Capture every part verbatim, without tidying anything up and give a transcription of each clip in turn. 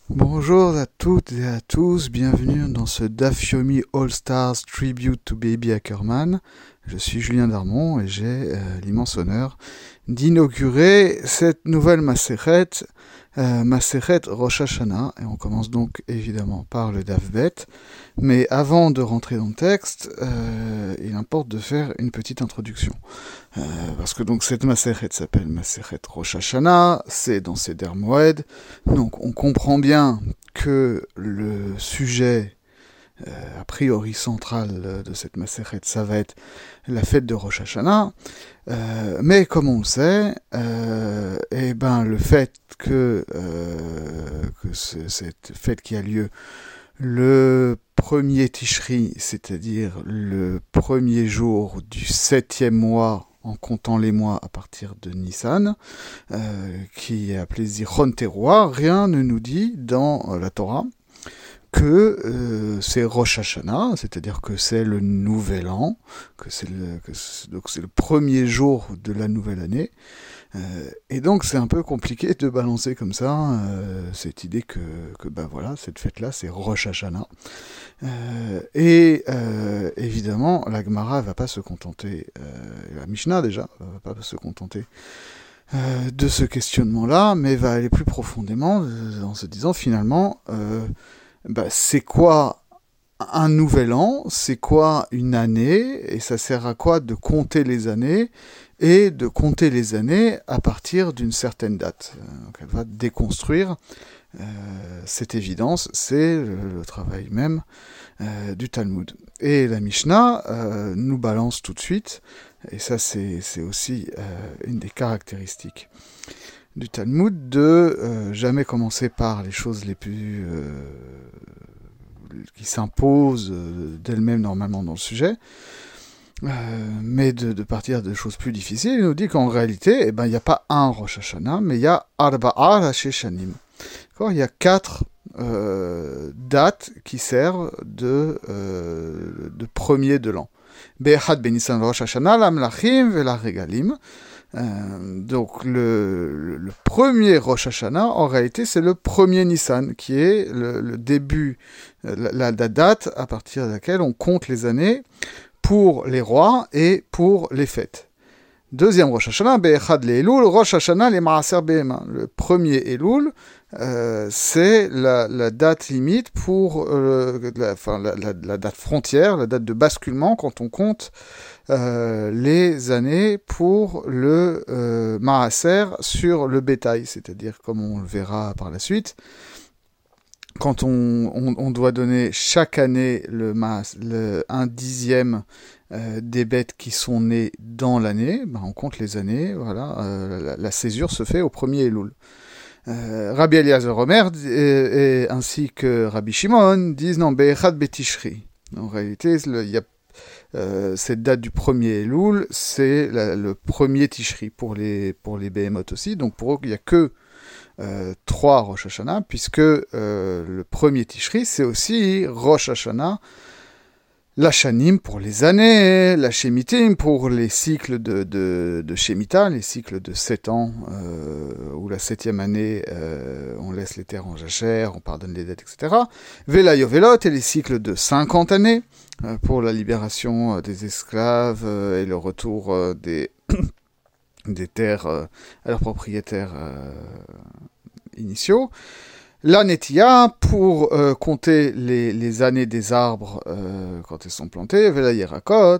Bonjour à toutes et à tous, bienvenue dans ce Daf Yomi All Stars Tribute to Baby Ackerman. Je suis Julien Darmon et j'ai euh, l'immense honneur d'inaugurer cette nouvelle Maseret, euh, Maseret Rosh Hashanah, et on commence donc évidemment par le Daf Bet. Mais avant de rentrer dans le texte, euh, il importe de faire une petite introduction. Euh, parce que donc cette Maseret s'appelle Maseret Rosh Hashanah, c'est dans Seder Moed, donc on comprend bien que le sujet euh, a priori central de cette Maseret, ça va être la fête de Rosh Hashanah, euh, mais comme on le sait, euh, et ben le fait que, euh, que ce, cette fête qui a lieu le premier Tishri, c'est-à-dire le premier jour du septième mois, en comptant les mois à partir de Nissan, euh, qui est appelé Zichron Teruah, rien ne nous dit dans euh, la Torah que euh, c'est Rosh Hashanah, c'est-à-dire que c'est le nouvel an, que c'est le, que c'est, donc c'est le premier jour de la nouvelle année. Euh, et donc c'est un peu compliqué de balancer comme ça euh, cette idée que, que ben voilà, cette fête-là c'est Rosh Hashanah. Euh, et euh, évidemment, la Gemara va pas se contenter, euh, la Mishnah déjà va pas se contenter euh, de ce questionnement-là, mais va aller plus profondément euh, en se disant finalement, euh, bah, c'est quoi un nouvel an, c'est quoi une année, et ça sert à quoi de compter les années, et de compter les années à partir d'une certaine date. Donc elle va déconstruire euh, cette évidence, c'est le, le travail même euh, du Talmud. Et la Mishnah euh, nous balance tout de suite, et ça c'est, c'est aussi euh, une des caractéristiques du Talmud, de euh, jamais commencer par les choses les plus... Euh, qui s'imposent euh, d'elles-mêmes normalement dans le sujet, euh, mais de, de partir de choses plus difficiles. Il nous dit qu'en réalité, eh ben, il n'y a pas un Rosh Hashanah, mais il y a Arba'a Rashi Shanim. D'accord, il y a quatre euh, dates qui servent de, euh, de premier de l'an. Be'echad Benissan Rosh Hashanah, la Mlachim ve la Regalim. Euh, donc le, le, le premier Rosh Hashanah, en réalité, c'est le premier Nissan, qui est le, le début, la, la, la date à partir de laquelle on compte les années pour les rois et pour les fêtes. Deuxième Rosh Hashanah, Be'echad Le'elul, Rosh Hashanah le Maaser Behema. Le premier Elul, euh, c'est la, la date limite pour, euh, la, enfin, la, la, la date frontière, la date de basculement quand on compte euh, les années pour le euh, Maaser sur le bétail, c'est-à-dire comme on le verra par la suite, quand on, on, on doit donner chaque année le, le un dixième euh, des bêtes qui sont nées dans l'année, ben on compte les années, voilà, euh, la, la césure se fait au premier Elul. Euh, Rabbi Eliezer Omer et, et, ainsi que Rabbi Shimon disent non, Be'echad Betishri. En réalité, il y a euh, cette date du premier Elul, c'est la, le premier Tishri pour les, pour les Behemoth aussi, donc pour eux, il n'y a que Euh, trois Rosh Hashanah, puisque euh, le premier Tishri, c'est aussi Rosh Hashanah, la Shanim pour les années, la Shemitim pour les cycles de, de, de Shemitah, les cycles de sept ans, euh, où la septième année, euh, on laisse les terres en jachère, on pardonne les dettes, et cetera. Vela Yovelot et les cycles de cinquante années, euh, pour la libération euh, des esclaves euh, et le retour euh, des... des terres euh, à leurs propriétaires euh, initiaux. La Netia, pour euh, compter les, les années des arbres euh, quand elles sont plantées. Vela Yerakot.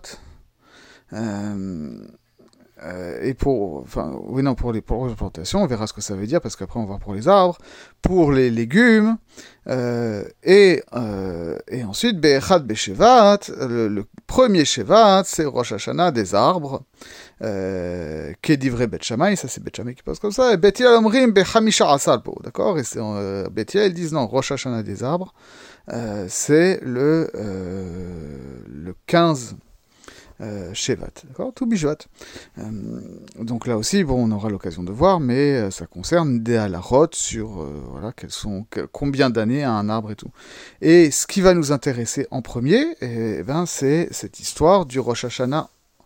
Euh, euh, et pour, enfin, oui, non, pour les, pour les plantations, on verra ce que ça veut dire, parce qu'après on va voir pour les arbres, pour les légumes, euh, et, euh, et ensuite, Be'echad Be'Shevat, le, le premier Shevat, c'est Rosh Hashanah des arbres, euh, Kedivre Bet Shammai, ça c'est Bet Shammai qui passe comme ça, et Bet Hillel Omrim Bechamisha Asal, d'accord, et c'est, euh, Bet Hillel, ils disent non, Rosh Hashanah des arbres, euh, c'est le, euh, le quinze Euh, Shevat, d'accord, tout Bishvat. Euh, donc là aussi, bon, on aura l'occasion de voir, mais euh, ça concerne des halakhot sur euh, voilà, quels sont, que, combien d'années a un arbre et tout. Et ce qui va nous intéresser en premier, eh ben, c'est cette histoire du Rosh Hashanah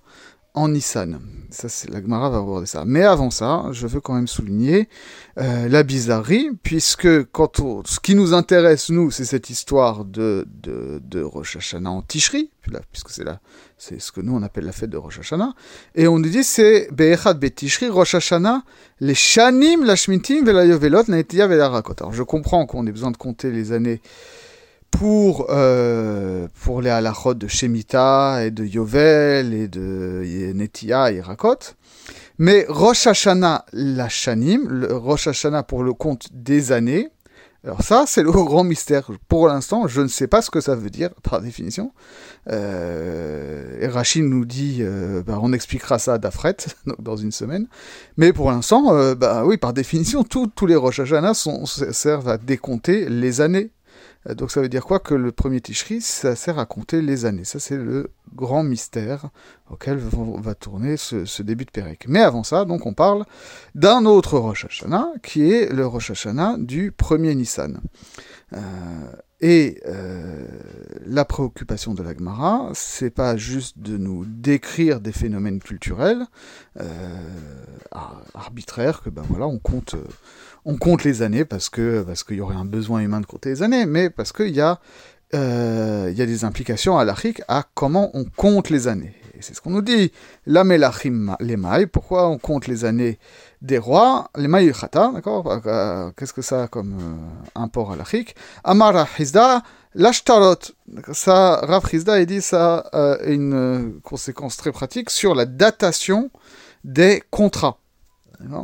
en Nissan. Ça, c'est, la Gemara va aborder ça. Mais avant ça, je veux quand même souligner euh, la bizarrerie, puisque quand on, ce qui nous intéresse, nous, c'est cette histoire de, de, de Rosh Hashanah en Tishri, puisque c'est, la, c'est ce que nous, on appelle la fête de Rosh Hashanah. Et on nous dit, c'est Be'echad Be'Tishri, Rosh Hashanah, les Shanim, la Shmitim, Vela Yovelot, Naetia, Vela Rakot. Alors, je comprends qu'on ait besoin de compter les années pour, euh, pour les halachot de Shemitah et de Yovel et de Netia et Rakot. Mais Rosh Hashanah, la Shanim, le Rosh Hashanah pour le compte des années, alors ça, c'est le grand mystère. Pour l'instant, je ne sais pas ce que ça veut dire, par définition. Euh, et Rachid nous dit, euh, bah, on expliquera ça à Dafret, donc dans une semaine. Mais pour l'instant, euh, bah oui, par définition, tous les Rosh Hashanah sont, servent à décompter les années. Donc ça veut dire quoi? Que le premier Tishri, ça sert à compter les années. Ça, c'est le grand mystère auquel va tourner ce, ce début de Pérec. Mais avant ça, donc, on parle d'un autre Rosh Hashanah, qui est le Rosh Hashanah du premier Nissan. Euh, et euh, la préoccupation de la Gemara, c'est pas juste de nous décrire des phénomènes culturels euh, arbitraires, que ben voilà, on compte... Euh, On compte les années parce que parce qu'il y aurait un besoin humain de compter les années, mais parce qu'il y a euh, il y a des implications halachiques à comment on compte les années. Et c'est ce qu'on nous dit. La melachim les mailles. Pourquoi on compte les années des rois? Les mailles chata, d'accord? Qu'est-ce que ça a comme euh, import halachique? Amar Hizda l'ashtarot. Ça, Rav Hizda, il dit ça a euh, une conséquence très pratique sur la datation des contrats. D'accord?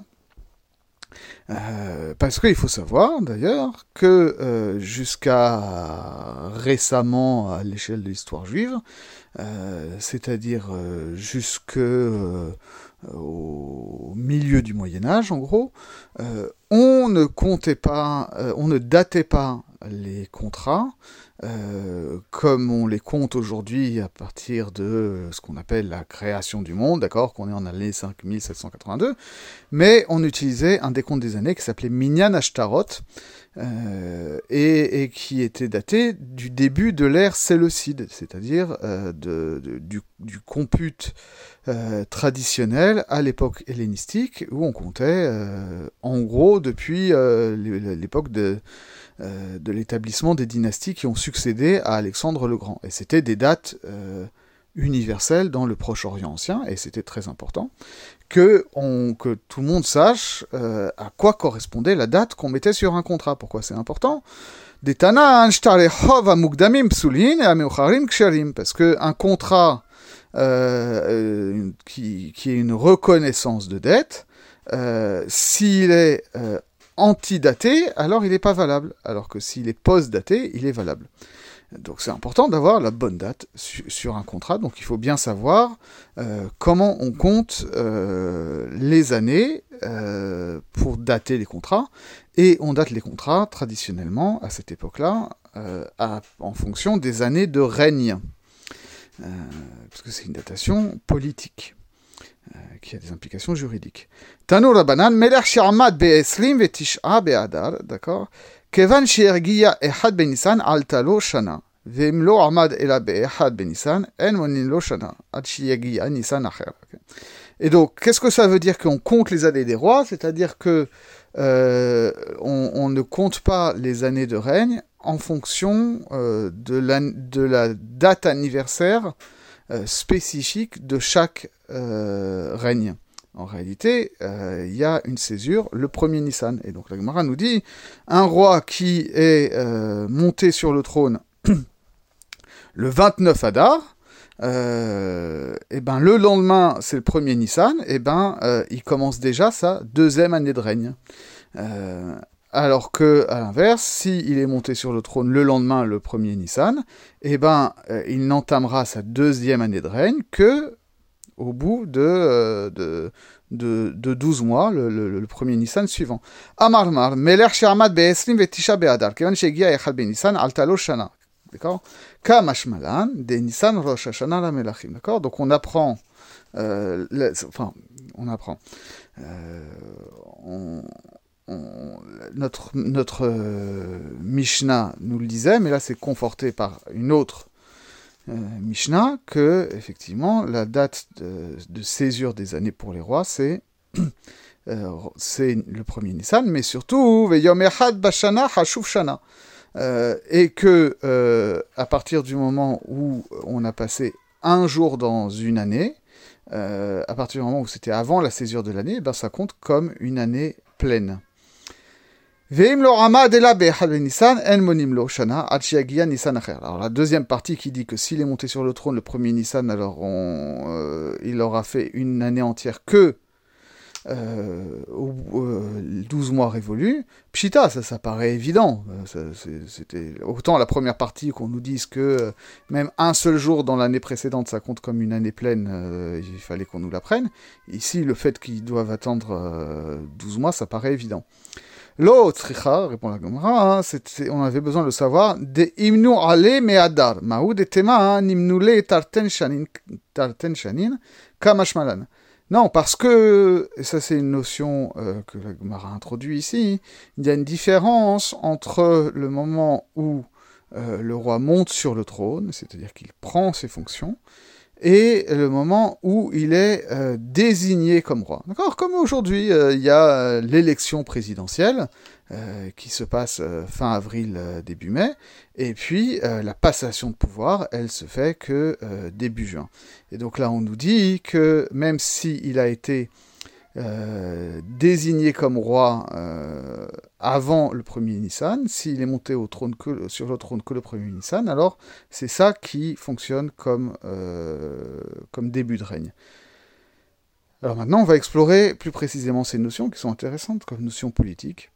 Euh, parce qu'il faut savoir d'ailleurs que euh, jusqu'à récemment à l'échelle de l'histoire juive, euh, c'est-à-dire euh, jusque euh, au milieu du Moyen-Âge en gros, euh, on ne comptait pas, euh, on ne datait pas les contrats euh, comme on les compte aujourd'hui à partir de ce qu'on appelle la création du monde, d'accord, qu'on est en année cinq mille sept cent quatre-vingt-deux, mais on utilisait un décompte des années qui s'appelait Minyan Ashtarot, euh, et, et qui était daté du début de l'ère séleucide, c'est-à-dire euh, de, de, du, du compute euh, traditionnel à l'époque hellénistique, où on comptait euh, en gros depuis euh, l'époque de Euh, de l'établissement des dynasties qui ont succédé à Alexandre le Grand. Et c'était des dates euh, universelles dans le Proche-Orient ancien, et c'était très important que, on, que tout le monde sache euh, à quoi correspondait la date qu'on mettait sur un contrat. Pourquoi c'est important? Parce qu'un contrat euh, qui, qui est une reconnaissance de dette, euh, s'il est euh, antidaté, alors il n'est pas valable, alors que s'il est post-daté, il est valable. Donc c'est important d'avoir la bonne date su- sur un contrat, donc il faut bien savoir euh, comment on compte euh, les années euh, pour dater les contrats, et on date les contrats traditionnellement, à cette époque-là, euh, à, en fonction des années de règne, euh, parce que c'est une datation politique. Euh, qui a des implications juridiques. Tanu Rabbanan, Melech she'amad be'esrim ve'tish'a be'adar, d'accord? Kevan she'ergiya echad be'Nisan alta lo shana, ve'im lo amad ela be'echad be'Nisan, en monin lo shana, ad she'ergiya Nisan acher. Et donc, qu'est-ce que ça veut dire qu'on compte les années des rois? C'est-à-dire que euh, on, on ne compte pas les années de règne en fonction euh, de, la, de la date anniversaire Euh, spécifique de chaque euh, règne. En réalité, euh, il y a une césure, le premier Nissan. Et donc la Gemara nous dit, un roi qui est euh, monté sur le trône le vingt-neuf Adar, euh, et ben le lendemain, c'est le premier Nissan, et ben euh, il commence déjà sa deuxième année de règne. Euh, Alors que, à l'inverse, s'il est monté sur le trône le lendemain, le premier Nissan, eh ben, euh, il n'entamera sa deuxième année de règne que au bout de, euh, de, de, de douze mois, le, le, le premier Nissan suivant. Amarmar, Melech she'amad be'esrim ve'tisha be'adar, kevan she'egia echad be'Nissan alta lo shana. D'accord? Kamashmalan, de Nissan Rosh Hashanah la Melachim. D'accord? Donc on apprend, euh, les, enfin, on apprend, euh, on... On, notre notre euh, Mishnah nous le disait, mais là c'est conforté par une autre euh, Mishnah que, effectivement, la date de, de césure des années pour les rois, c'est euh, c'est le premier Nissan, mais surtout, Veyom Echad Bashana Hashuv Shana. Euh, et que, euh, à partir du moment où on a passé un jour dans une année, euh, à partir du moment où c'était avant la césure de l'année, ben ça compte comme une année pleine. Alors la deuxième partie qui dit que s'il est monté sur le trône le premier Nissan, alors on, euh, il aura fait une année entière que euh, euh, douze mois révolus. Pshita, ça, ça paraît évident. Ça, c'est, c'était autant la première partie qu'on nous dise que euh, même un seul jour dans l'année précédente, ça compte comme une année pleine, euh, il fallait qu'on nous l'apprenne. Ici, le fait qu'ils doivent attendre euh, douze mois, ça paraît évident. L'autre, répond la Gemara, on avait besoin de le savoir, de imnu ale me'adar, maou de tema nimnule tarten shanin, tarten shanin, kamashmalan. Non, parce que, et ça c'est une notion euh, que la Gemara introduit ici, il y a une différence entre le moment où euh, le roi monte sur le trône, c'est-à-dire qu'il prend ses fonctions, et le moment où il est euh, désigné comme roi. D'accord ? Comme aujourd'hui, euh, il y a euh, l'élection présidentielle euh, qui se passe euh, fin avril, euh, début mai, et puis euh, la passation de pouvoir, elle se fait que euh, début juin. Et donc là, on nous dit que même s'il a été euh, désigné comme roi euh, avant le premier Nissan, s'il est monté au trône que, sur le trône que le premier Nissan, alors c'est ça qui fonctionne comme, euh, comme début de règne. Alors maintenant, on va explorer plus précisément ces notions qui sont intéressantes comme notions politiques.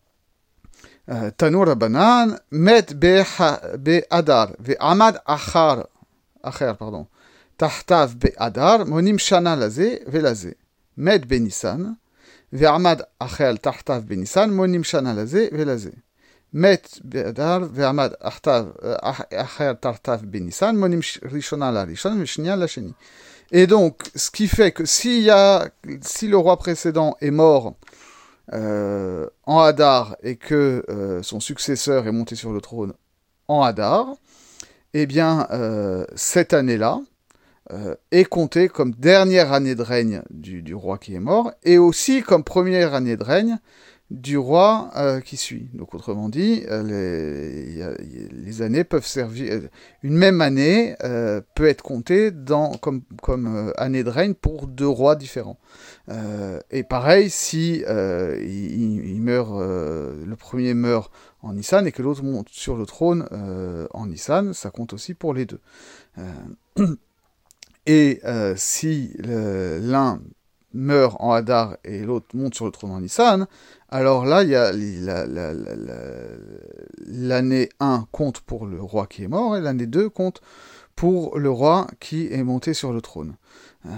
Tanu Rabbanan, met be'adar, ve'amad achar, achar, pardon, tahtav be'adar, monim shana laze, ve'laze. Med benisan, ve'amad achel tahtav benisan, monim shana laze ve'laze. Met be'adar, ve'amad achel tahtav benisan, monim rishona la rishon, ve'shnia la sheni. Et donc, ce qui fait que si, y a, si le roi précédent est mort euh, en Hadar et que euh, son successeur est monté sur le trône en Hadar, eh bien, euh, cette année-là, Euh, est compté comme dernière année de règne du, du roi qui est mort, et aussi comme première année de règne du roi euh, qui suit. Donc autrement dit, euh, les, y a, y, les années peuvent servir... Une même année euh, peut être comptée dans, comme, comme euh, année de règne pour deux rois différents. Euh, et pareil, si euh, il, il meurt, euh, le premier meurt en Nissan et que l'autre monte sur le trône euh, en Nissan, ça compte aussi pour les deux. Euh, Et euh, si le, l'un meurt en Hadar et l'autre monte sur le trône en Nissan, alors là, il y a la, la, la, la, l'année un compte pour le roi qui est mort, et l'année deux compte pour le roi qui est monté sur le trône. Euh,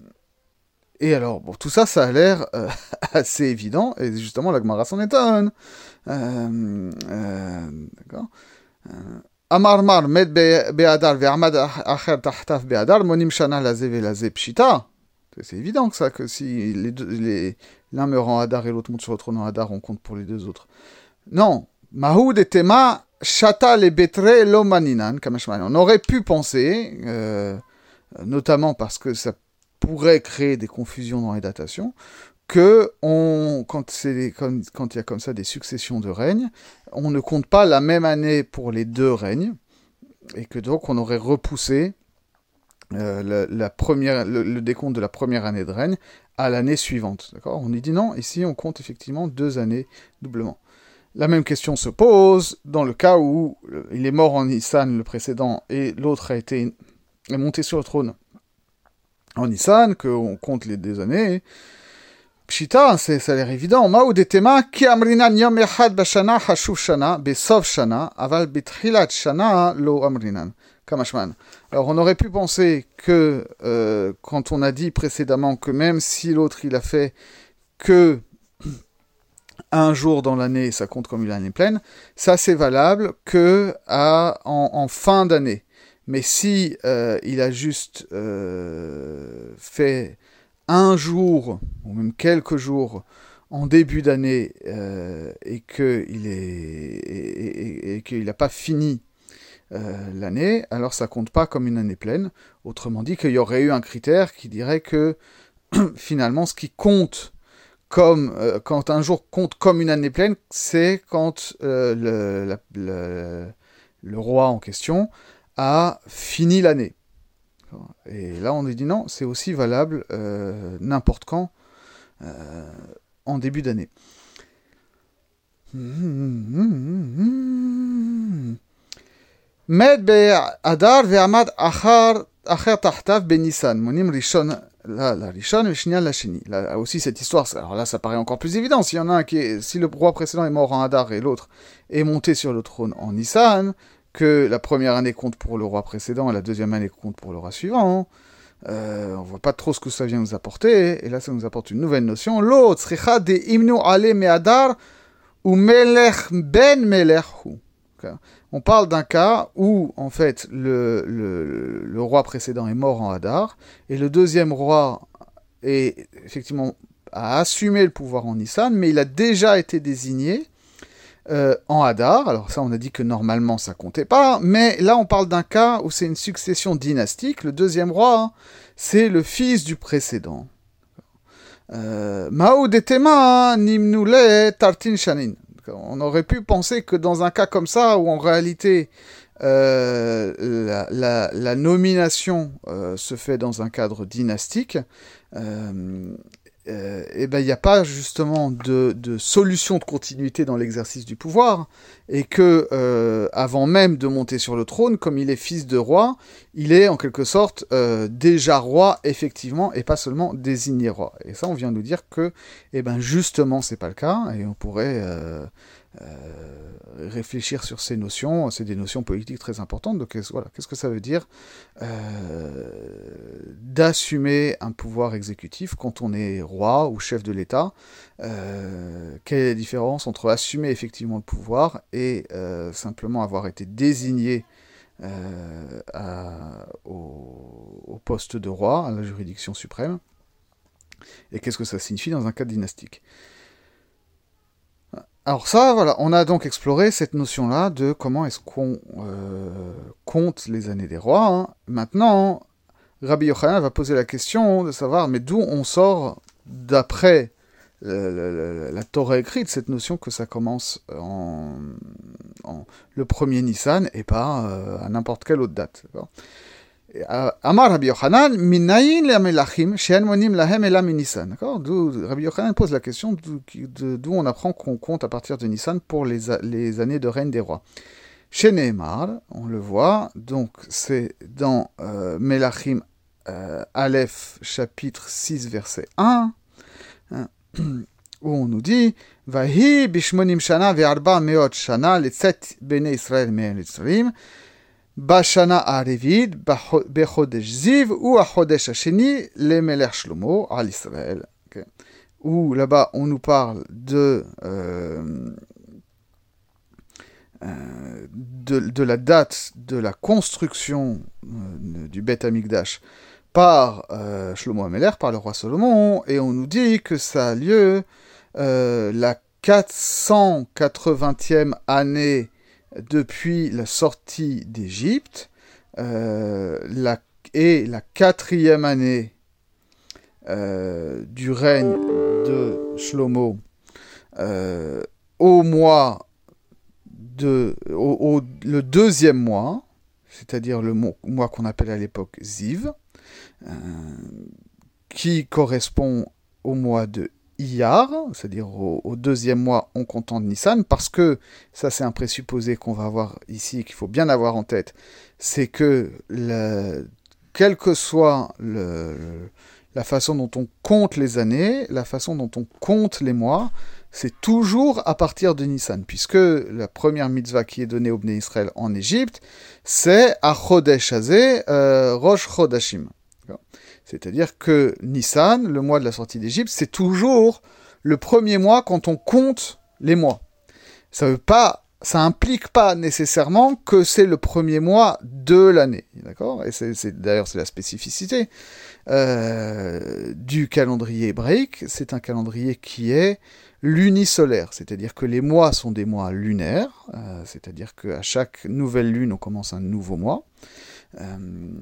et alors, bon, tout ça, ça a l'air euh, assez évident, et justement, la Gemara s'en étonne. Euh, euh, d'accord euh, Amarmar met be'adar ve'amad acher tahtaf be'adar monim shana laze ve'laze pshita. C'est évident que ça, que si les deux, les, l'un meurt en Hadar et l'autre monte sur le trône en Hadar, on compte pour les deux autres. Non. Mahoud et Tema shata le betre lo maninan kamashman. On aurait pu penser, euh, notamment parce que ça pourrait créer des confusions dans les datations, que on, quand, c'est, quand, quand il y a comme ça des successions de règnes, on ne compte pas la même année pour les deux règnes, et que donc on aurait repoussé euh, la, la première, le, le décompte de la première année de règne à l'année suivante. D'accord ? On y dit non, ici on compte effectivement deux années doublement. La même question se pose dans le cas où il est mort en Nissan le précédent, et l'autre a été est monté sur le trône en Nissan, qu'on compte les deux années. Pshita, c'est, ça a l'air évident. Ma'u detema ki amrinan yom echad bashana hashuv shana besov shana aval betchilat shana lo amrinan kamashman. Alors on aurait pu penser que euh, quand on a dit précédemment que même si l'autre il a fait que un jour dans l'année, ça compte comme une année pleine, ça c'est valable que à, en, en fin d'année. Mais si euh, il a juste euh, fait un jour, ou même quelques jours, en début d'année, euh, et qu'il est, et, et, et qu'il n'a pas fini euh, l'année, alors ça compte pas comme une année pleine. Autrement dit, qu'il y aurait eu un critère qui dirait que finalement, ce qui compte comme euh, quand un jour compte comme une année pleine, c'est quand euh, le, la, le, le roi en question a fini l'année. Et là, on a dit non, c'est aussi valable euh, n'importe quand euh, en début d'année. Med be'adar ve'amad achar achar tahtav be'Nissan monim rishon la la rishon ve'shnian la sheni. Là aussi cette histoire, alors là ça paraît encore plus évident. S'il y en a un qui est, si le roi précédent est mort en Adar et l'autre est monté sur le trône en Nissan, que la première année compte pour le roi précédent et la deuxième année compte pour le roi suivant. Euh, on voit pas trop ce que ça vient nous apporter. Et là ça nous apporte une nouvelle notion. L'autre tzricha de imnu ale me'adar ou melech ben melech hu. On parle d'un cas où, en fait, le, le, le roi précédent est mort en Hadar, et le deuxième roi est, effectivement, a assumé le pouvoir en Nissan, mais il a déjà été désigné euh, en Hadar. Alors ça, on a dit que normalement, ça comptait pas, mais là, on parle d'un cas où c'est une succession dynastique. Le deuxième roi, hein, c'est le fils du précédent. Ma'ou detema nimnule tartin shanin. On aurait pu penser que dans un cas comme ça, où en réalité euh, la, la, la nomination euh, se fait dans un cadre dynastique, euh, euh, et ben il n'y a pas justement de, de solution de continuité dans l'exercice du pouvoir, et que euh, avant même de monter sur le trône, comme il est fils de roi, il est en quelque sorte euh, déjà roi effectivement, et pas seulement désigné roi. Et ça, on vient nous dire que, eh ben justement, c'est pas le cas, et on pourrait euh, euh, réfléchir sur ces notions. C'est des notions politiques très importantes. Donc voilà, qu'est-ce que ça veut dire euh, d'assumer un pouvoir exécutif quand on est roi ou chef de l'État? euh, Quelle est la différence entre assumer effectivement le pouvoir et euh, simplement avoir été désigné euh, à, au, au poste de roi, à la juridiction suprême? Et qu'est-ce que ça signifie dans un cadre dynastique? Alors ça, voilà, on a donc exploré cette notion-là de comment est-ce qu'on euh, compte les années des rois. Hein. Maintenant, Rabbi Yochanan va poser la question de savoir, mais d'où on sort, d'après la, la, la Torah écrite, cette notion que ça commence en, en le premier Nissan et pas euh, à n'importe quelle autre date. Amar Rabbi Yochanan, minayin le'amelachim she'en monim lahem ela min-Nissan. D'accord? D'où Rabbi Yochanan pose la question d'où, d'où on apprend qu'on compte à partir de Nissan pour les, les années de règne des rois. Chez Nehemar, on le voit, donc c'est dans euh, Melachim euh, Aleph, chapitre six, verset un, hein, où on nous dit Vahi bishmonim shana ve'arba meot shana letzet bnei Israël me'en Mitzrayim Bashana Arevid, Bechodesh Ziv, ou Achodesh Hasheni, les Melech Shlomo, à l'Israël. Okay. Où là-bas, on nous parle de, euh, euh, de, de la date de la construction euh, du Beth Amikdash par euh, Shlomo HaMelech, par le roi Salomon, et on nous dit que ça a lieu euh, la quatre cent quatre-vingtième année depuis la sortie d'Égypte, euh, la, et la quatrième année euh, du règne de Shlomo, euh, au mois de, au, au, le deuxième mois, c'est-à-dire le mois qu'on appelle à l'époque Ziv, euh, qui correspond au mois de Iyar, c'est-à-dire au, au deuxième mois en comptant de Nissan, parce que, ça c'est un présupposé qu'on va avoir ici, qu'il faut bien avoir en tête, c'est que, le, quelle que soit le, le, la façon dont on compte les années, la façon dont on compte les mois, c'est toujours à partir de Nissan, puisque la première mitzvah qui est donnée au Bnei Israël en Égypte, c'est à Chodesh Hazeh, euh, Rosh Chodashim. C'est-à-dire que Nissan, le mois de la sortie d'Égypte, c'est toujours le premier mois quand on compte les mois. Ça ne veut pas ça implique pas nécessairement que c'est le premier mois de l'année, d'accord? Et c'est, c'est d'ailleurs c'est la spécificité euh, du calendrier hébraïque. C'est un calendrier qui est lunisolaire, c'est-à-dire que les mois sont des mois lunaires, euh, c'est-à-dire qu'à chaque nouvelle lune, on commence un nouveau mois. Euh,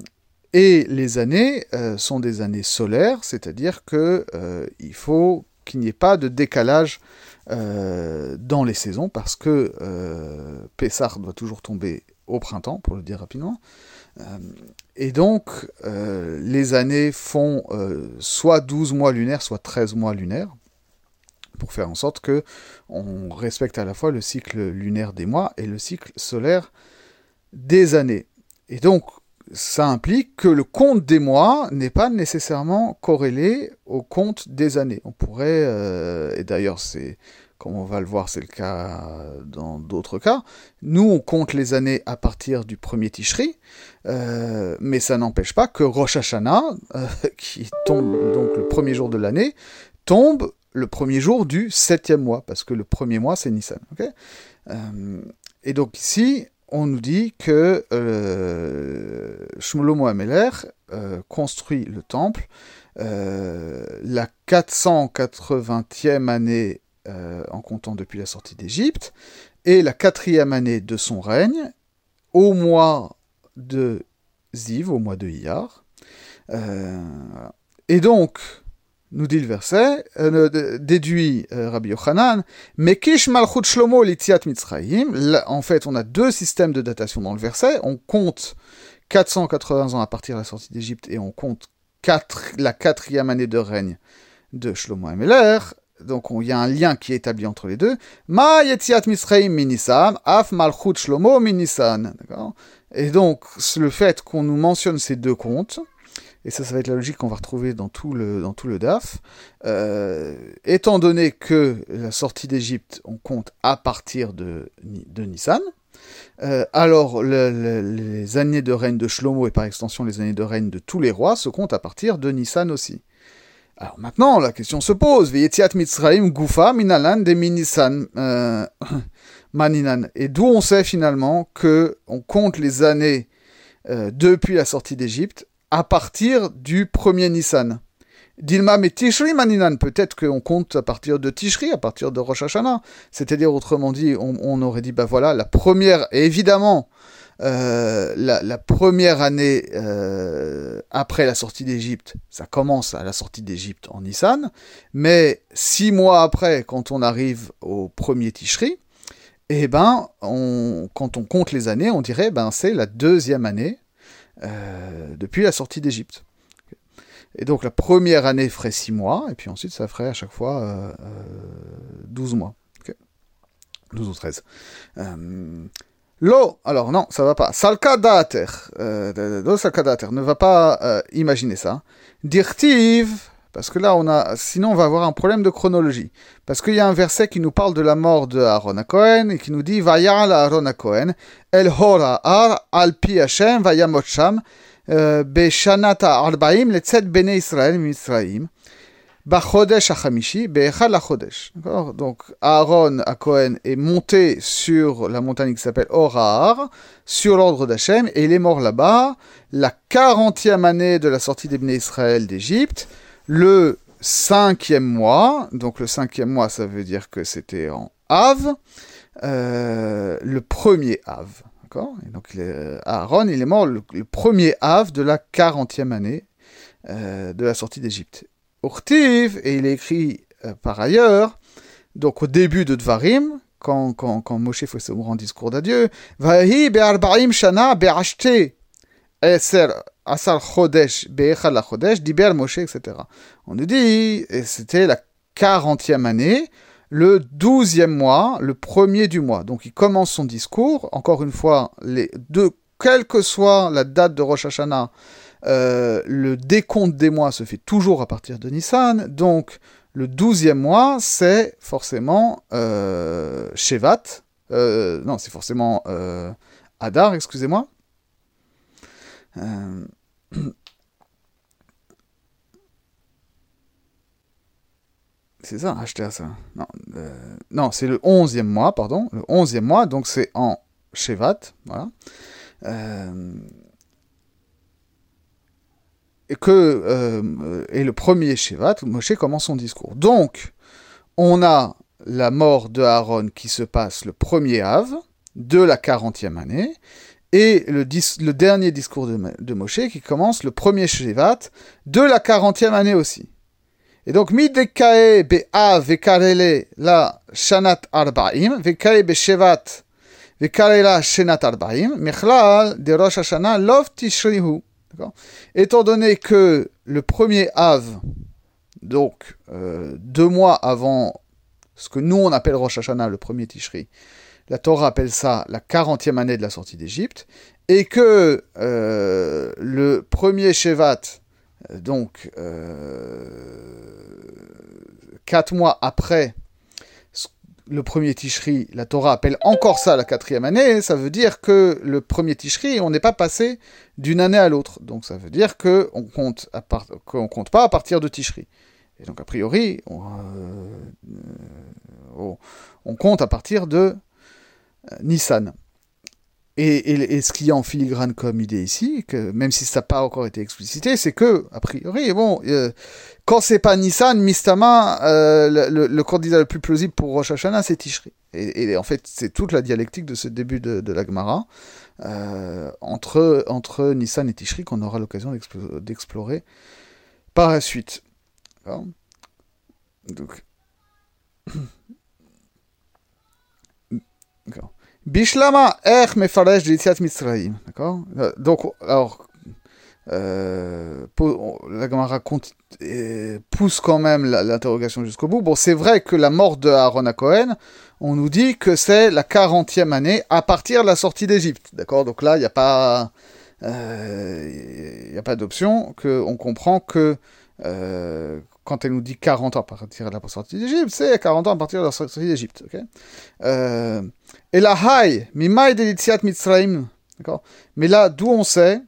et les années euh, sont des années solaires, c'est-à-dire que euh, il faut qu'il n'y ait pas de décalage Euh, dans les saisons, parce que euh, Pessah doit toujours tomber au printemps, pour le dire rapidement. Euh, et donc, euh, les années font euh, soit douze mois lunaires, soit treize mois lunaires, pour faire en sorte que on respecte à la fois le cycle lunaire des mois et le cycle solaire des années. Et donc, ça implique que le compte des mois n'est pas nécessairement corrélé au compte des années. On pourrait, euh, et d'ailleurs c'est, comme on va le voir, c'est le cas dans d'autres cas, nous on compte les années à partir du premier Tishri, euh, mais ça n'empêche pas que Rosh Hashanah, euh, qui tombe donc le premier jour de l'année, tombe le premier jour du septième mois, parce que le premier mois c'est Nissan. Okay euh, et donc ici, on nous dit que euh, Shlomo HaMelech euh, construit le temple euh, la quatre cent quatre-vingtième année euh, en comptant depuis la sortie d'Égypte et la quatrième année de son règne au mois de Ziv, au mois de Iyar. Euh, et donc, nous dit le verset, euh, déduit euh, Rabbi Yochanan, Mekish Malchut Shlomo Litziat Mitzrayim. Là, en fait, on a deux systèmes de datation dans le verset. On compte quatre cent quatre-vingts ans à partir de la sortie d'Égypte et on compte quatre, la quatrième année de règne de Shlomo HaMelech. Donc, il y a un lien qui est établi entre les deux. Ma Yetziat Mitzrayim Minisan, Af Malchut Shlomo Minisan. Et donc, le fait qu'on nous mentionne ces deux comptes, et ça, ça va être la logique qu'on va retrouver dans tout le, dans tout le D A F, euh, étant donné que la sortie d'Égypte, on compte à partir de, de Nissan, euh, alors le, le, les années de règne de Shlomo, et par extension les années de règne de tous les rois, se comptent à partir de Nissan aussi. Alors maintenant, la question se pose, Veyetziat Mitzrayim Gufa Minalan de Minisan euh, Maninan. Et d'où on sait finalement qu'on compte les années euh, depuis la sortie d'Égypte à partir du premier Nissan. Dilma mais Tishri Maninan, peut-être qu'on compte à partir de Tishri, à partir de Rosh Hashanah. C'est-à-dire, autrement dit, on, on aurait dit, bah voilà, la première, et évidemment, euh, la, la première année euh, après la sortie d'Égypte, ça commence à la sortie d'Égypte en Nissan, mais six mois après, quand on arrive au premier Tishri, eh ben, on, quand on compte les années, on dirait, ben c'est la deuxième année Euh, depuis la sortie d'Égypte. Et donc la première année ferait six mois, et puis ensuite ça ferait à chaque fois euh, euh, douze mois. Okay. douze ou treize. Euh, Lo, alors non, ça va pas. Salka Daater, euh, Lo Salka Daater, ne va pas euh, imaginer ça. Dirtiv, parce que là on a, sinon on va avoir un problème de chronologie. Parce qu'il y a un verset qui nous parle de la mort de Aaron HaKohen, et qui nous dit Vayal Aaron HaKohen, El Hora Ar, Al Pi Hashem, Vayamot Sham, Beshanata Arbaim, Letzet Bene Israël, Misraïm, Bachodesh Hachamishi, Be'echad Lachodesh. Donc Aaron HaKohen est monté sur la montagne qui s'appelle Hor, sur l'ordre d'Hachem, et il est mort là-bas, la quarantième année de la sortie des Bnei Israël d'Égypte, le cinquième mois, donc le cinquième mois, ça veut dire que c'était en Av, euh, le premier Av, d'accord? Et donc il Aaron, il est mort le, le premier Av de la quarantième année euh, de la sortie d'Égypte. Urtiv, et il est écrit euh, par ailleurs, donc au début de Dvarim, quand, quand, quand Moshe fait ce grand discours d'adieu, Vahi be'arbaim shana be'ashte eser Asar Chodesh, Be'echad la Chodesh, Diber Moshe, et cetera. On nous dit, et c'était la quarantième année, le douzième mois, le premier du mois. Donc il commence son discours, encore une fois, les deux, quelle que soit la date de Rosh Hashanah, euh, le décompte des mois se fait toujours à partir de Nissan, donc le douzième mois, c'est forcément euh, Shevat, euh, non, c'est forcément euh, Adar, excusez-moi. Euh, C'est ça, acheter à ça. Non, euh, non c'est le onzième mois, pardon. Le onzième mois, donc c'est en Shevat. Voilà. Euh, et que euh, et le premier Shevat, Moshe commence son discours. Donc, on a la mort de Aaron qui se passe le premier Av de la quarantième année, et le, dis, le dernier discours de, de Moshe qui commence le premier Shevat de la quarantième année aussi. Et donc, Midekae be'av vekarele la shanat arba'im, vekae be'shevat vekarela shenat arba'im, mechlal de Rosh Hashanah lov tishrihu. Étant donné que le premier Av, donc euh, deux mois avant ce que nous on appelle Rosh Hashanah, le premier Tishri, la Torah appelle ça la quarantième année de la sortie d'Égypte, et que euh, le premier Shevat, donc euh, quatre mois après le premier Tishri, la Torah appelle encore ça la quatrième année, ça veut dire que le premier Tishri, on n'est pas passé d'une année à l'autre. Donc ça veut dire qu'on compte, à part, qu'on compte pas à partir de Tishri. Et donc a priori, on, euh, on, on compte à partir de euh, Nissan. Et, et, et ce qu'il y a en filigrane comme idée ici, que même si ça n'a pas encore été explicité, c'est que, a priori, bon, euh, quand c'est pas Nissan, Mistama, euh, le, le, le candidat le plus plausible pour Rosh Hashanah, c'est Tishri. Et, et en fait, c'est toute la dialectique de ce début de, de la Gemara, euh, entre, entre Nissan et Tishri, qu'on aura l'occasion d'explo- d'explorer par la suite. D'accord. Donc... D'accord. Bishlama er mefaresh de Yetziat Mitzrayim. D'accord. Donc, alors, euh, la Gemara pousse quand même l'interrogation jusqu'au bout. Bon, c'est vrai que la mort de Aaron à Cohen, on nous dit que c'est la quarantième année à partir de la sortie d'Égypte. D'accord. Donc là, il n'y a pas, il euh, n'y a pas d'option. Que on comprend que euh, quand elle nous dit quarante ans à partir de la sortie d'Égypte, c'est quarante ans à partir de la sortie d'Égypte. Okay. Euh, et la haï, mimai de l'Itziat Mitzrayim, d'accord. Mais là, d'où on sait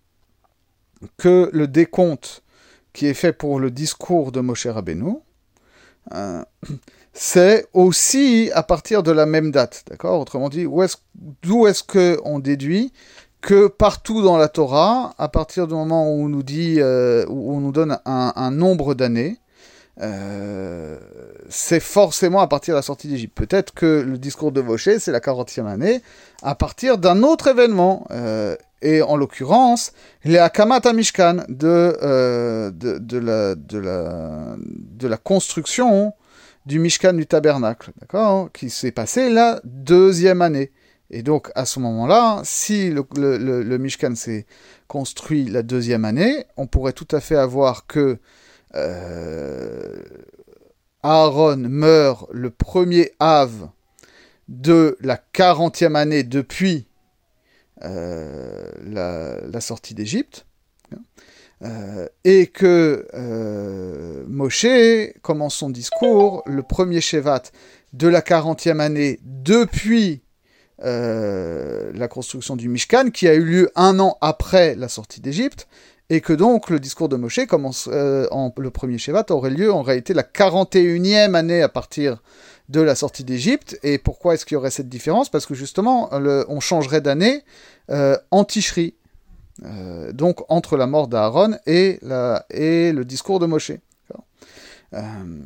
que le décompte qui est fait pour le discours de Moshe Rabbeinu, euh, c'est aussi à partir de la même date, d'accord. Autrement dit, où est-ce, d'où est-ce qu'on déduit que partout dans la Torah, à partir du moment où on nous dit, euh, où on nous donne un, un nombre d'années, euh, c'est forcément à partir de la sortie d'Égypte. Peut-être que le discours de Moshe, c'est la quarantième année, à partir d'un autre événement, euh, et en l'occurrence, les Hakamat HaMishkan, de, euh, de, de, la, de, la, de la construction du Mishkan du tabernacle, d'accord, qui s'est passé la deuxième année. Et donc, à ce moment-là, si le, le, le, le Mishkan s'est construit la deuxième année, on pourrait tout à fait avoir que euh, Aaron meurt le premier Av de la quarantième année depuis euh, la, la sortie d'Égypte, euh, et que euh, Moshe commence son discours le premier Shevat de la quarantième année depuis Euh, la construction du Mishkan, qui a eu lieu un an après la sortie d'Égypte, et que donc le discours de Moshe commence euh, en, le premier Shevat aurait lieu en réalité la quarante et unième année à partir de la sortie d'Égypte. Et pourquoi est-ce qu'il y aurait cette différence? Parce que justement, le, on changerait d'année euh, en Tishri, euh, donc entre la mort d'Aaron et, la, et le discours de Moshe. Euh,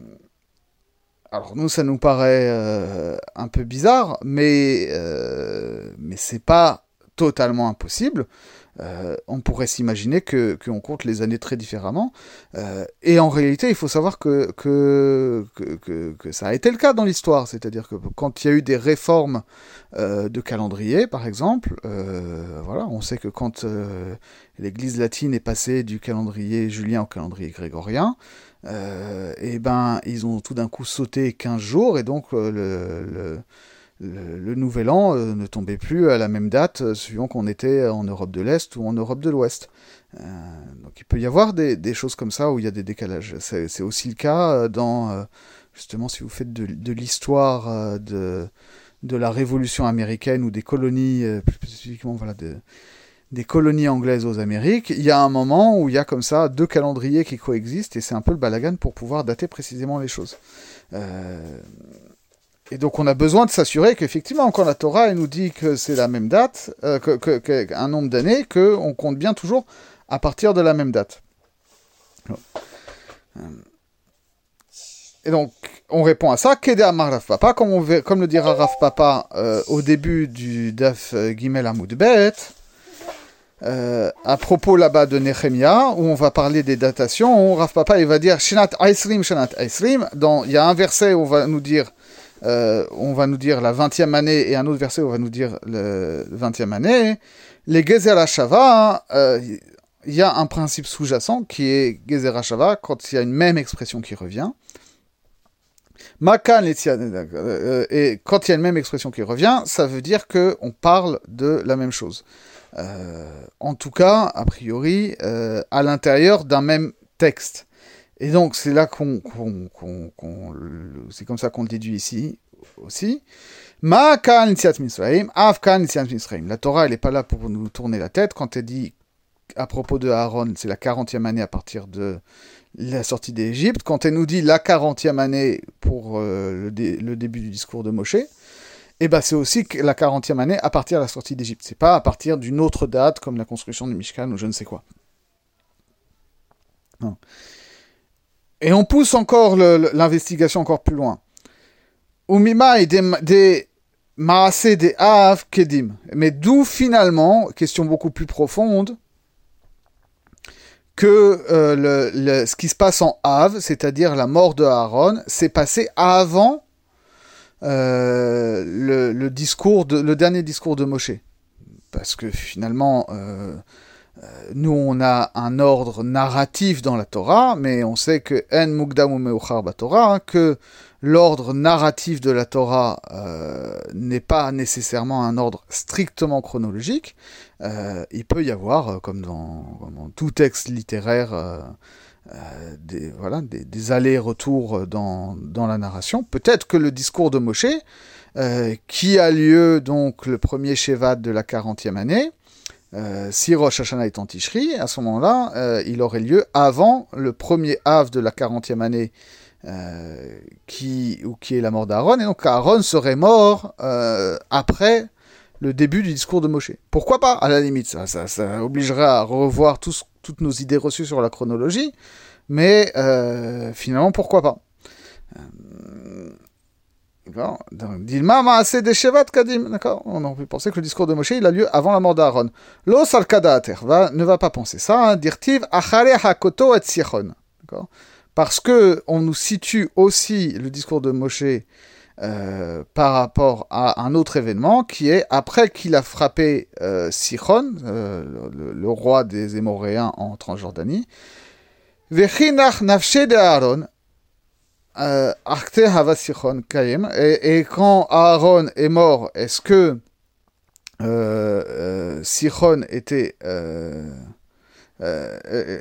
Alors nous, ça nous paraît euh, un peu bizarre, mais, euh, mais c'est pas totalement impossible. Euh, on pourrait s'imaginer que qu'on compte les années très différemment. Euh, et en réalité, il faut savoir que, que, que, que, que ça a été le cas dans l'histoire. C'est-à-dire que quand il y a eu des réformes euh, de calendrier, par exemple, euh, voilà, on sait que quand euh, l'Église latine est passée du calendrier julien au calendrier grégorien, euh, et ben, ils ont tout d'un coup sauté quinze jours, et donc euh, le... le Le, le nouvel an euh, ne tombait plus à la même date, euh, suivant qu'on était en Europe de l'Est ou en Europe de l'Ouest. Euh, donc il peut y avoir des, des choses comme ça où il y a des décalages. C'est, c'est aussi le cas dans, euh, justement, si vous faites de, de l'histoire euh, de, de la Révolution américaine ou des colonies, euh, plus spécifiquement, voilà, de, des colonies anglaises aux Amériques, il y a un moment où il y a comme ça deux calendriers qui coexistent, et c'est un peu le balagan pour pouvoir dater précisément les choses. Euh... Et donc on a besoin de s'assurer qu'effectivement, quand la Torah elle nous dit que c'est la même date, euh, que, que, que, un nombre d'années, qu'on compte bien toujours à partir de la même date. Et donc, on répond à ça, Kede Amar Rav Papa, comme, on veut, comme le dira Rav Papa euh, au début du Daf Gimel Amud Bet, euh, à propos là-bas de Nehemia, où on va parler des datations, Rav Papa il va dire Shenat Aisrim, Shenat Aisrim, il y a un verset où on va nous dire Euh, on va nous dire la vingtième année, et un autre verset où on va nous dire le vingtième année. Les Gezer HaShava, il euh, y a un principe sous-jacent qui est Gezer HaShava, quand il y a une même expression qui revient. Makan, euh, et quand il y a une même expression qui revient, ça veut dire qu'on parle de la même chose. Euh, en tout cas, a priori, euh, à l'intérieur d'un même texte. Et donc, c'est là qu'on, qu'on, qu'on, qu'on c'est comme ça qu'on le déduit ici aussi. Ma kan nitziat Misraim, av kan nitziat Misraim. La Torah, elle n'est pas là pour nous tourner la tête. Quand elle dit à propos de Aaron, c'est la quarantième année à partir de la sortie d'Égypte. Quand elle nous dit la quarantième année pour euh, le, dé, le début du discours de Moshe, eh ben c'est aussi la quarantième année à partir de la sortie d'Égypte. C'est pas à partir d'une autre date comme la construction du Mishkan ou je ne sais quoi. Non. Et on pousse encore le, le, l'investigation encore plus loin. Umima et des maasé des av kedim. Mais d'où finalement, question beaucoup plus profonde, que euh, le, le, ce qui se passe en Av, c'est-à-dire la mort de Aaron, s'est passé avant euh, le, le discours de, le dernier discours de Moshe. Parce que finalement, euh, nous, on a un ordre narratif dans la Torah, mais on sait que En Mukdam uMeuchar Batorah, hein, que l'ordre narratif de la Torah euh, n'est pas nécessairement un ordre strictement chronologique. Euh, il peut y avoir, euh, comme, dans, comme dans tout texte littéraire, euh, euh, des, voilà, des, des allers-retours dans, dans la narration. Peut-être que le discours de Moshe, euh, qui a lieu donc le premier Shevat de la quarantième année, Euh, si Rosh Hashanah est en Tishri, à ce moment-là, euh, il aurait lieu avant le premier Av de la quarantième année, euh, qui, ou qui est la mort d'Aaron, et donc Aaron serait mort euh, après le début du discours de Moshe. Pourquoi pas, à la limite, ça, ça, ça obligerait à revoir tous, toutes nos idées reçues sur la chronologie, mais euh, finalement, pourquoi pas. Euh, D'accord. Dilma Maaseh des Shevat Kadim. D'accord. On aurait pu penser que le discours de Moshe il a lieu avant la mort d'Aaron. Lo Salkadater ne va pas penser ça. Dirtiv Achare Hakoto et Sichon. D'accord. Parce que on nous situe aussi le discours de Moshe euh, par rapport à un autre événement qui est après qu'il a frappé euh, Sichon, euh, le, le roi des Émoréens en Transjordanie. Vechinach Nafshe de Aaron. Euh, et, et quand Aaron est mort, est-ce que euh, euh, Sichon était euh, euh,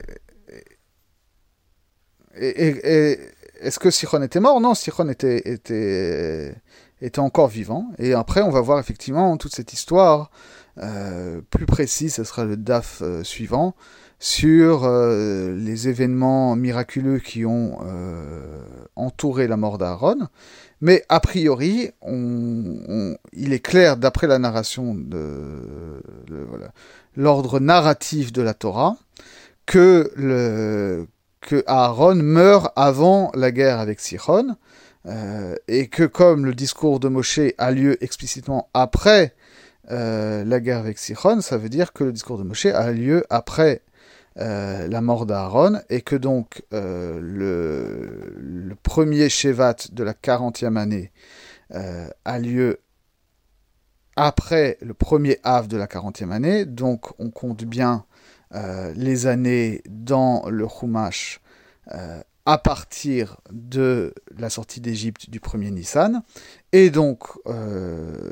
et, et, et, est-ce que Sichon était mort? Non, Sichon était, était, était encore vivant. Et après, on va voir effectivement toute cette histoire euh, plus précise. Ce sera le daf euh, suivant sur euh, les événements miraculeux qui ont euh, entouré la mort d'Aaron. Mais a priori, on, on, il est clair, d'après la narration de, de voilà, l'ordre narratif de la Torah, que, le, que Aaron meurt avant la guerre avec Sichon, euh, et que comme le discours de Moshe a lieu explicitement après euh, la guerre avec Sichon, ça veut dire que le discours de Moshe a lieu après Euh, la mort d'Aaron, et que donc euh, le, le premier Shevat de la quarantième année euh, a lieu après le premier Av de la quarantième année, donc on compte bien euh, les années dans le Chumash euh, à partir de la sortie d'Égypte du premier Nissan, et donc euh,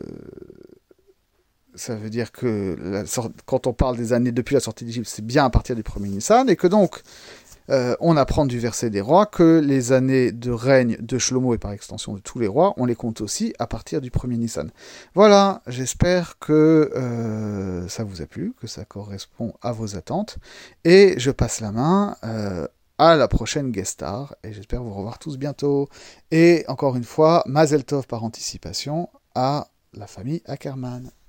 ça veut dire que la, quand on parle des années depuis la sortie d'Égypte, c'est bien à partir du premier Nissan, et que donc euh, on apprend du verset des rois que les années de règne de Shlomo et par extension de tous les rois, on les compte aussi à partir du premier Nissan. Voilà, j'espère que euh, ça vous a plu, que ça correspond à vos attentes. Et je passe la main euh, à la prochaine guest star, et j'espère vous revoir tous bientôt. Et encore une fois, Mazel Tov par anticipation à la famille Ackerman.